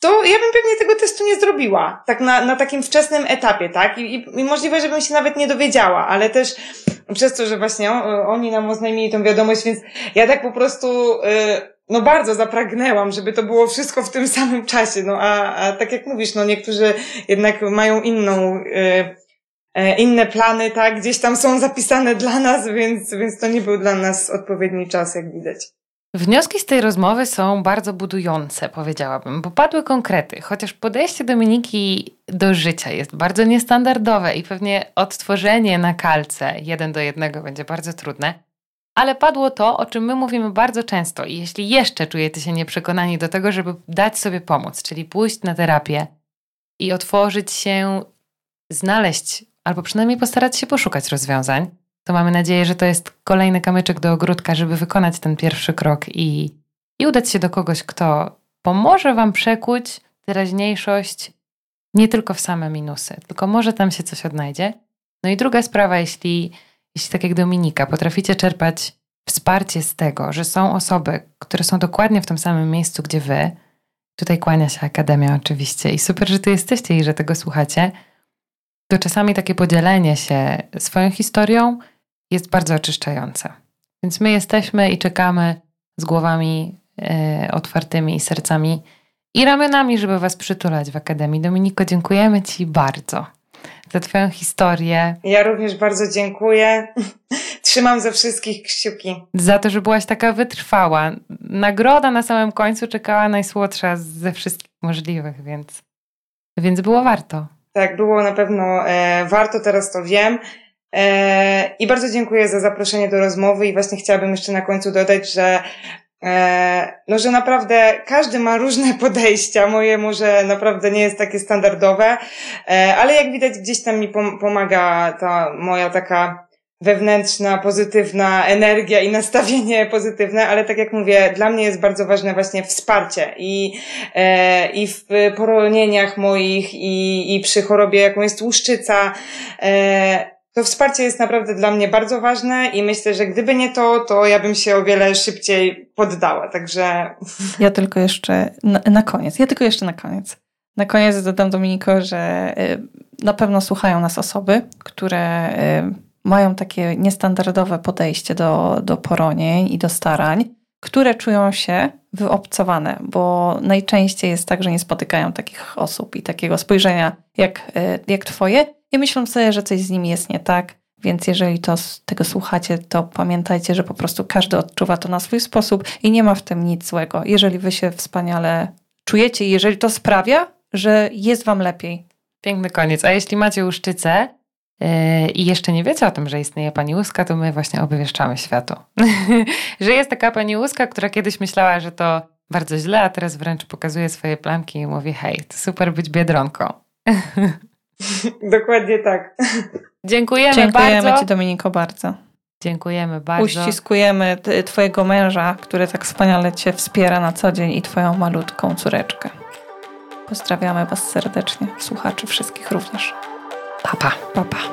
to ja bym pewnie tego testu nie zrobiła. Tak na, na takim wczesnym etapie, tak? I, i, i możliwe, żebym się nawet nie dowiedziała, ale też przez to, że właśnie o, oni nam oznajmili tą wiadomość, więc ja tak po prostu, y, no bardzo zapragnęłam, żeby to było wszystko w tym samym czasie, no a, a tak jak mówisz, no niektórzy jednak mają inną, y, y, inne plany, tak? Gdzieś tam są zapisane dla nas, więc, więc to nie był dla nas odpowiedni czas, jak widać. Wnioski z tej rozmowy są bardzo budujące, powiedziałabym, bo padły konkrety, chociaż podejście Dominiki do życia jest bardzo niestandardowe i pewnie odtworzenie na kalce jeden do jednego będzie bardzo trudne, ale padło to, o czym my mówimy bardzo często i jeśli jeszcze czujecie się nieprzekonani do tego, żeby dać sobie pomóc, czyli pójść na terapię i otworzyć się, znaleźć albo przynajmniej postarać się poszukać rozwiązań, to mamy nadzieję, że to jest kolejny kamyczek do ogródka, żeby wykonać ten pierwszy krok i, i udać się do kogoś, kto pomoże wam przekuć teraźniejszość nie tylko w same minusy, tylko może tam się coś odnajdzie. No i druga sprawa, jeśli, jeśli tak jak Dominika, potraficie czerpać wsparcie z tego, że są osoby, które są dokładnie w tym samym miejscu, gdzie wy, tutaj kłania się Akademia oczywiście i super, że tu jesteście i że tego słuchacie, to czasami takie podzielenie się swoją historią jest bardzo oczyszczające. Więc my jesteśmy i czekamy z głowami e, otwartymi i sercami i ramionami, żeby was przytulać w Akademii. Dominiko, dziękujemy ci bardzo za twoją historię. Ja również bardzo dziękuję. Trzymam ze wszystkich kciuki. Za to, że byłaś taka wytrwała. Nagroda na samym końcu czekała najsłodsza ze wszystkich możliwych, więc, więc było warto. Tak, było na pewno e, warto, teraz to wiem. E, I bardzo dziękuję za zaproszenie do rozmowy i właśnie chciałabym jeszcze na końcu dodać, że e, no, że naprawdę każdy ma różne podejścia. Moje może naprawdę nie jest takie standardowe, e, ale jak widać gdzieś tam mi pom- pomaga ta moja taka wewnętrzna, pozytywna energia i nastawienie pozytywne, ale tak jak mówię, dla mnie jest bardzo ważne właśnie wsparcie i, e, i w poronieniach moich i, i przy chorobie, jaką jest tłuszczyca, e, to wsparcie jest naprawdę dla mnie bardzo ważne i myślę, że gdyby nie to, to ja bym się o wiele szybciej poddała, także... Ja tylko jeszcze na, na koniec, ja tylko jeszcze na koniec. Na koniec dodam, Dominiko, że y, na pewno słuchają nas osoby, które y, mają takie niestandardowe podejście do, do poronień i do starań, które czują się wyobcowane, bo najczęściej jest tak, że nie spotykają takich osób i takiego spojrzenia jak, y, jak twoje i myślą sobie, że coś z nimi jest nie tak, więc jeżeli to, tego słuchacie, to pamiętajcie, że po prostu każdy odczuwa to na swój sposób i nie ma w tym nic złego. Jeżeli wy się wspaniale czujecie i jeżeli to sprawia, że jest wam lepiej. Piękny koniec. A jeśli macie łuszczycę yy, i jeszcze nie wiecie o tym, że istnieje pani łuska, to my właśnie obwieszczamy światu. Że jest taka pani łuska, która kiedyś myślała, że to bardzo źle, a teraz wręcz pokazuje swoje plamki i mówi: hej, to super być Biedronką. Dokładnie tak. Dziękujemy, Dziękujemy bardzo. ci, Dominiko, bardzo. Dziękujemy bardzo. Uściskujemy t- twojego męża, który tak wspaniale cię wspiera na co dzień i twoją malutką córeczkę. Pozdrawiamy was serdecznie, słuchaczy wszystkich również. Pa, pa. Pa, pa.